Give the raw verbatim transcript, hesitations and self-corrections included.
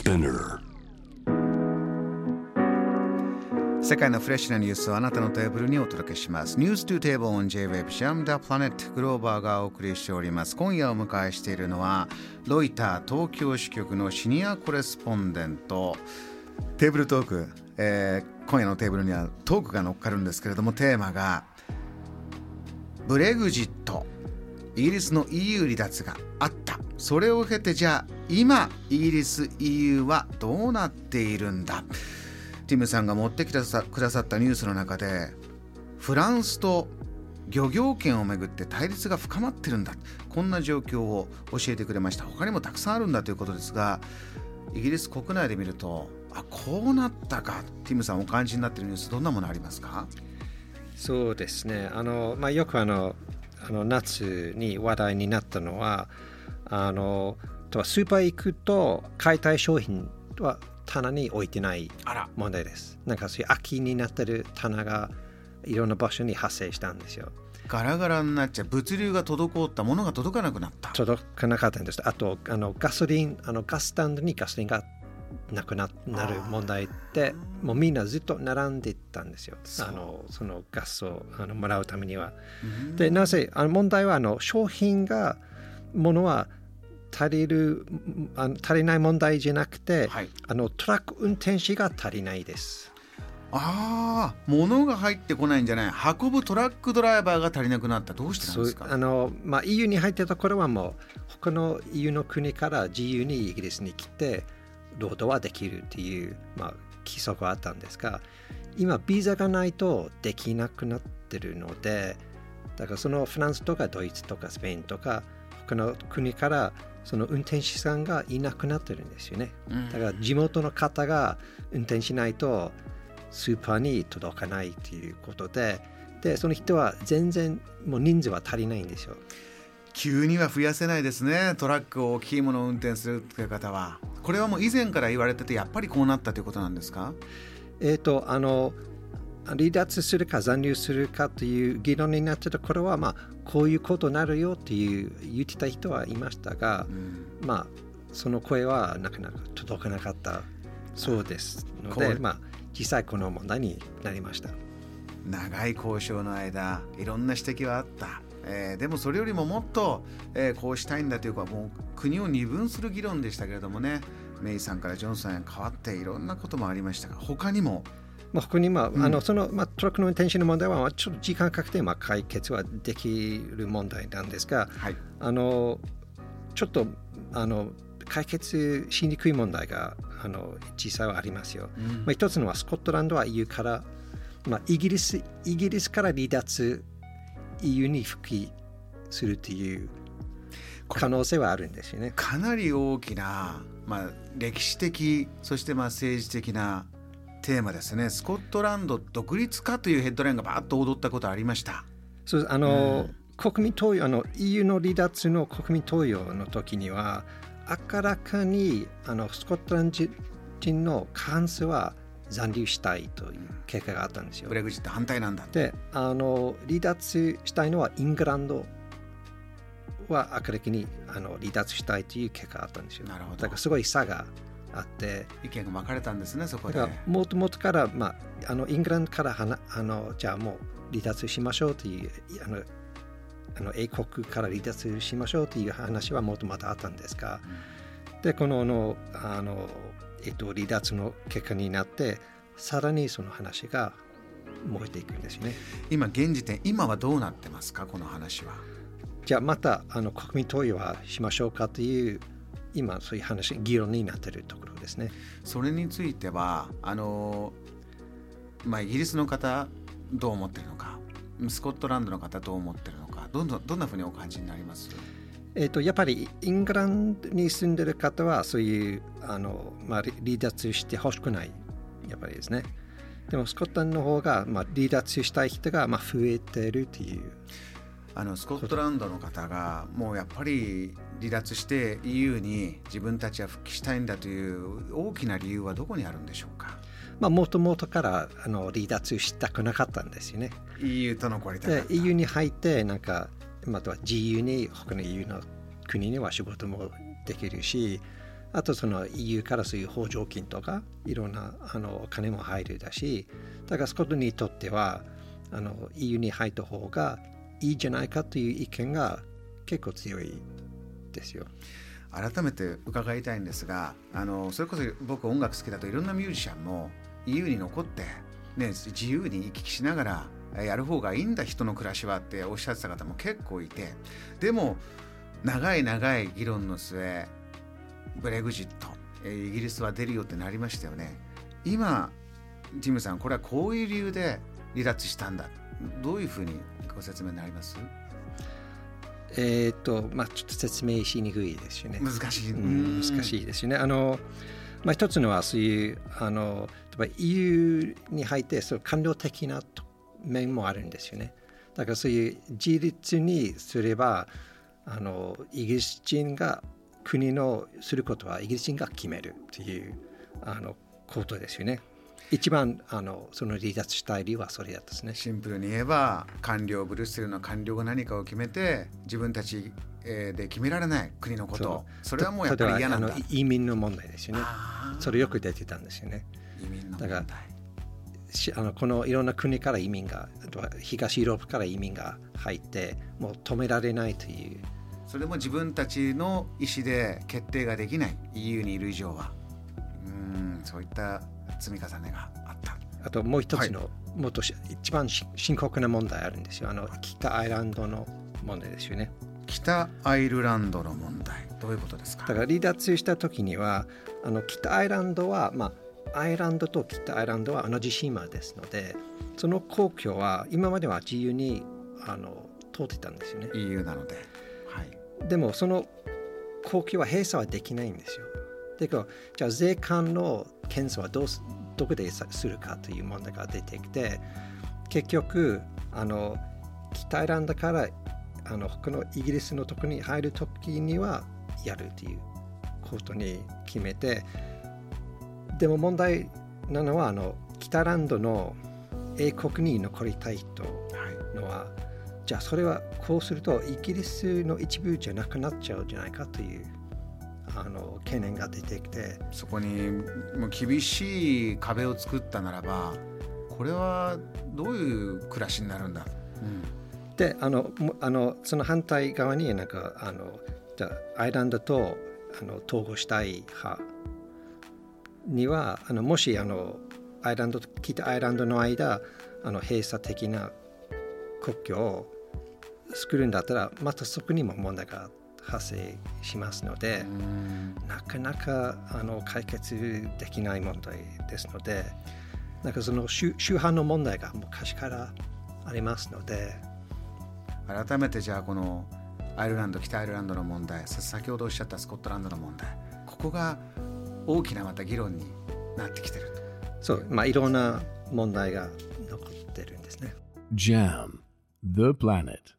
Spinner。 世界のフレッシュなニュースをあなたのテーブルにお届けします。 News to Table on J-Web Jam the Planet グローバーがお送りしております。今夜お迎えしているのはロイター東京支局のシニアコレスポンデント。テーブルトーク、えー、今夜のテーブルにはトークが乗っかるんですけれども、テーマがブレグジット、イギリスの イーユー 離脱があった。それを経て、じゃあ今イギリス イーユー はどうなっているんだ。ティムさんが持ってきてくださったニュースの中で、フランスと漁業権をめぐって対立が深まってるんだ、こんな状況を教えてくれました。他にもたくさんあるんだということですが、イギリス国内で見ると、あ、こうなったか。ティムさんお感じになっているニュース、どんなものありますか？ そうですね、あの、まあ、よくあのあの夏に話題になったのは、あのスーパー行くと買いたい商品は棚に置いてない問題です。なんかそういう空きになってる棚がいろんな場所に発生したんですよ。 ガラガラになっちゃう、物流が滞った、ものが届かなくなった。 届かなかったんです。あとあのガソリン、あのガススタンドにガソリンがなく な, なる問題って、もうみんなずっと並んでたんですよ。あのそのガスをあのもらうためには。で、なぜあの問題はあの商品がものは足りるあの足りない問題じゃなくて、はい、あのトラック運転手が足りないです。 ああ、物が入ってこないんじゃない、運ぶトラックドライバーが足りなくなった。どうしてなんですか？ あの、まあ、イーユー に入ってた頃はもう他の イーユー の国から自由にイギリスに来て労働はできるっていう、まあ、規則はあったんですが、今ビザがないとできなくなってるので、だからそのフランスとかドイツとかスペインとか他の国からその運転手さんがいなくなってるんですよね。だから地元の方が運転しないとスーパーに届かないということで、でその人は全然もう人数は足りないんですよ。 急には増やせないですね。トラックを大きいものを運転するという方は。これはもう以前から言われてて、やっぱりこうなったということなんですか？ えーと、あの離脱するか残留するかという議論になってた頃は、まあ、こういうことになるよっていう言ってた人はいましたが、うん、まあその声はなかなか届かなかったそうですので、まあ、実際この問題になりました。 長い交渉の間、いろんな指摘はあった。えー、でもそれよりももっと、えー、こうしたいんだというか、もう国を二分する議論でしたけれどもね。メイさんからジョンソンへ変わっていろんなこともありましたが、他にもまあ、他に、まあうん、あのそのまあ、トラックの運転手の問題は、まあ、ちょっと時間かけて、まあ、解決はできる問題なんですが、はい、あのちょっとあの解決しにくい問題があの実際はありますよ。うん、まあ、一つのはスコットランドは イーユー から、まあ、イギリスイギリスから離脱 イーユー に復帰するという可能性はあるんですよね。 かなり大きな、まあ、歴史的、そしてまあ政治的なテーマですね。スコットランド独立かというヘッドラインがバーッと踊ったことありました。 そう、あの、うん、国民投票、あの イーユー の離脱の国民投票の時には明らかにあのスコットランド人の過半数は残留したいという結果があったんですよ。 ブレグジット反対なんだ。 で、あの離脱したいのはイングランドは明らかにあの離脱したいという結果があったんですよ。 なるほど。 だからすごい差があって意見が分かれたんですね。そこでもともとから、まあ、あのイングランドからはなあのじゃあもう離脱しましょうというあのあの英国から離脱しましょうという話はもともとあったんですが、うん、でこののあの、えっと、離脱の結果になってさらにその話が燃えていくんですね。 今現時点、今はどうなってますか、この話は。 じゃあまたあの国民投票はしましょうかという今そういう話議論になっているところですね。 それについてはあの、まあ、イギリスの方どう思ってるのか、スコットランドの方どう思ってるのか、どんどんどんなふうにお感じになります？ えーと、やっぱりイングランドに住んでる方はそういうあの、まあ、離脱してほしくないやっぱりですね。でもスコットランドの方が、まあ、離脱したい人がまあ増えてるという。 あのスコットランドの方がもうやっぱり離脱して イーユー に自分たちは復帰したいんだという大きな理由はどこにあるんでしょうか？ まあ、もともとからあの離脱したくなかったんですよね。 イーユー とのこりたかった。 で イーユー に入ってなんかまた自由に他の イーユー の国には仕事もできるし、 あとその イーユー からそういう補助金とかいろんなあのお金も入るだし、だからスコットにとってはあの イーユー に入った方がいいじゃないかという意見が結構強いですよ。 改めて伺いたいんですが、あのそれこそ僕音楽好きだといろんなミュージシャンも イーユー に残って、ね、自由に行き来しながらやる方がいいんだ人の暮らしはっておっしゃってた方も結構いて、でも長い長い議論の末ブレグジットイギリスは出るよってなりましたよね。今ジムさんこれはこういう理由で離脱したんだ、どういうふうにご説明になります？ えーとまあ、ちょっと説明しにくいですよね。 難しい、 うん、難しいですよね。あの、まあ、一つのはそういうあの例えば イーユー に入ってそう官僚的な面もあるんですよね。だからそういう自立にすればあのイギリス人が国のすることはイギリス人が決めるというあのことですよね。一番あのその離脱したい理由はそれだったですね。 シンプルに言えば官僚ブリュッセルの官僚が何かを決めて自分たちで決められない国のことを、 そ, それはもうやっぱり嫌なんだ。 あの移民の問題ですよね。それよく出てたんですよね。 移民の問題だからあのこのいろんな国から移民が、あとは東ヨーロッパから移民が入ってもう止められないという、 それも自分たちの意思で決定ができない イーユー にいる以上は、うーんそういった積み重ねがあった。 あともう一つの、 はい、 もっと一番深刻な問題あるんですよ。あの北アイルランドの問題ですよね。 北アイルランドの問題、どういうことですか？ だから離脱した時にはあの北アイルランドは、まあ、アイルランドと北アイルランドは同じ島ですので、その公共は今までは自由にあの通ってたんですよね。 イーユー なので、はい、 でもその公共は閉鎖はできないんですよ。でじゃあ税関の検査はどうすどこでするかという問題が出てきて、結局あの北アイルランドからあの他のイギリスのところに入るときにはやるということに決めて、でも問題なのはあの北アイルランドの英国に残りたい人のは、はい、じゃあそれはこうするとイギリスの一部じゃなくなっちゃうんじゃないかというあの懸念が出てきて、 そこにもう厳しい壁を作ったならばこれはどういう暮らしになるんだ、うん、 であのあのその反対側になんかあのじゃあアイルランドとあの統合したい派にはあのもしあのアイルランドと北アイルランドの間あの閉鎖的な国境を作るんだったらまたそこにも問題が発生しますので、なかなかあの解決できない問題ですので、なんかその 周, 周辺の問題が昔からありますので、 改めてじゃあこのアイルランド北アイルランドの問題、先ほどおっしゃったスコットランドの問題、ここが大きなまた議論になってきてると。 そう、まあいろんな問題が残ってるんですね。 ジャム The Planet